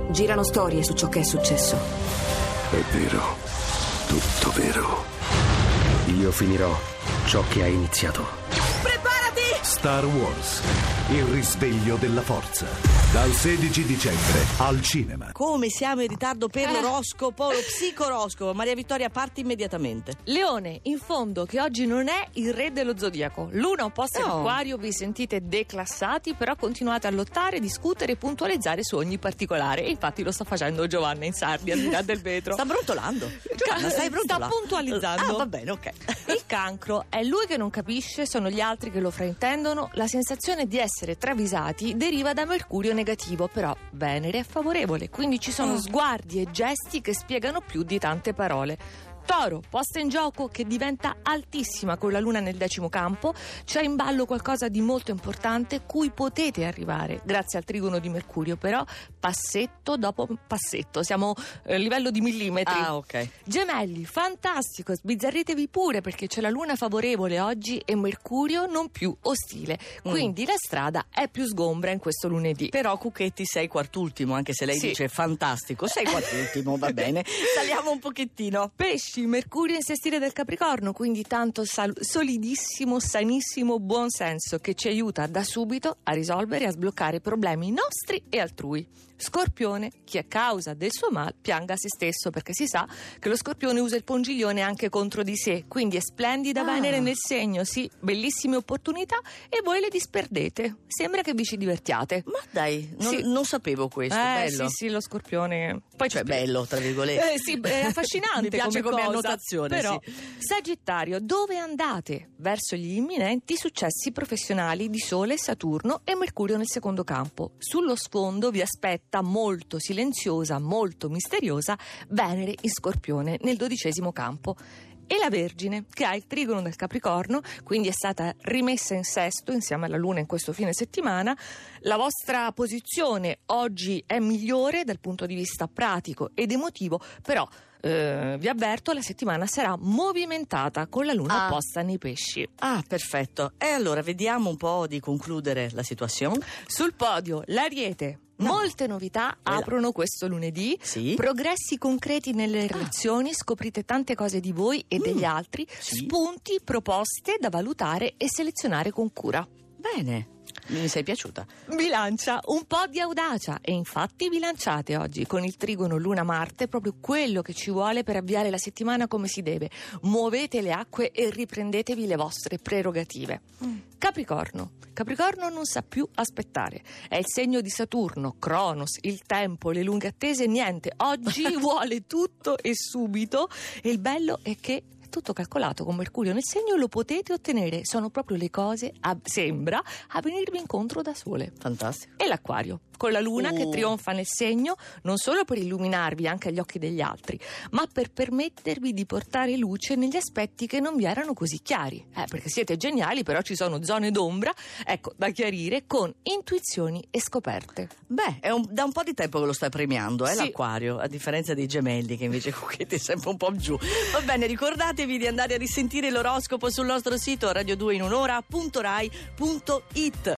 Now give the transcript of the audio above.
Girano storie su ciò che è successo. È vero, tutto vero. Io finirò ciò che ha iniziato. Preparati! Star Wars, il risveglio della forza. Dal 16 dicembre al cinema. Come siamo in ritardo per l'oroscopo, lo psicoroscopo. Maria Vittoria, parti immediatamente. Leone, in fondo che oggi non è il re dello zodiaco. Luna opposta all'Acquario, vi sentite declassati, però continuate a lottare, discutere e puntualizzare su ogni particolare. E infatti lo sta facendo Giovanna in Sardi, al di là del vetro. Sta brontolando. Giovanna, stai brontolando. Sta puntualizzando. Va bene, ok. Il Cancro è lui che non capisce, sono gli altri che lo fraintendono. La sensazione di essere travisati deriva da Mercurio negativo, però Venere è favorevole, quindi ci sono sguardi e gesti che spiegano più di tante parole. Toro, posta in gioco che diventa altissima con la Luna nel 10° campo, c'è in ballo qualcosa di molto importante cui potete arrivare grazie al trigono di Mercurio, però passetto dopo passetto, siamo a livello di millimetri. Ah, ok. Gemelli, fantastico, sbizzarritevi pure perché c'è la Luna favorevole oggi e Mercurio non più ostile, quindi la strada è più sgombra in questo lunedì. Però Cucchetti sei quartultimo, anche se lei dice fantastico, sei quartultimo, va bene. Saliamo un pochettino. Pesci, Mercurio in sestile del Capricorno, quindi tanto solidissimo, sanissimo buonsenso che ci aiuta da subito a risolvere e a sbloccare problemi nostri e altrui. Scorpione, chi a causa del suo mal pianga se stesso, perché si sa che lo Scorpione usa il pongiglione anche contro di sé, quindi è splendida Venere nel segno, sì, bellissime opportunità e voi le disperdete. Sembra che vi ci divertiate. Ma dai, Sì. non sapevo questo, bello. Sì, lo Scorpione. Poi Cioè bello, tra virgolette. sì, è affascinante. Mi piace come cosa, annotazione, però. sì. Sagittario, dove andate? Verso gli imminenti successi professionali di Sole, Saturno e Mercurio nel 2° campo. Sullo sfondo vi aspetta molto silenziosa, molto misteriosa Venere in Scorpione nel 12° campo. E la Vergine, che ha il trigono del Capricorno, quindi è stata rimessa in sesto insieme alla Luna in questo fine settimana. La vostra posizione oggi è migliore dal punto di vista pratico ed emotivo, però vi avverto, la settimana sarà movimentata con la Luna opposta nei Pesci. Ah, perfetto. E allora vediamo un po' di concludere la situazione. Sul podio l'Ariete. Molte novità aprono questo lunedì, progressi concreti nelle relazioni, scoprite tante cose di voi e degli altri, spunti, proposte da valutare e selezionare con cura. Bene, mi sei piaciuta. Bilancia, un po' di audacia e infatti vi lanciate oggi con il trigono Luna-Marte proprio quello che ci vuole per avviare la settimana come si deve. Muovete le acque e riprendetevi le vostre prerogative. Capricorno non sa più aspettare, è il segno di Saturno, Cronos, il tempo, le lunghe attese, niente, oggi vuole tutto e subito e il bello è che tutto calcolato con Mercurio nel segno, lo potete ottenere, sono proprio le cose, sembra, a venirvi incontro da sole. Fantastico. E l'Acquario, con la Luna che trionfa nel segno, non solo per illuminarvi anche agli occhi degli altri, ma per permettervi di portare luce negli aspetti che non vi erano così chiari. Perché siete geniali, però ci sono zone d'ombra, ecco, da chiarire con intuizioni e scoperte. Beh, da un po' di tempo che lo stai premiando, Sì. l'Acquario, a differenza dei Gemelli, che invece Cucchetti è sempre un po' giù. Va bene, ricordatevi di andare a risentire l'oroscopo sul nostro sito radio2inunora.rai.it.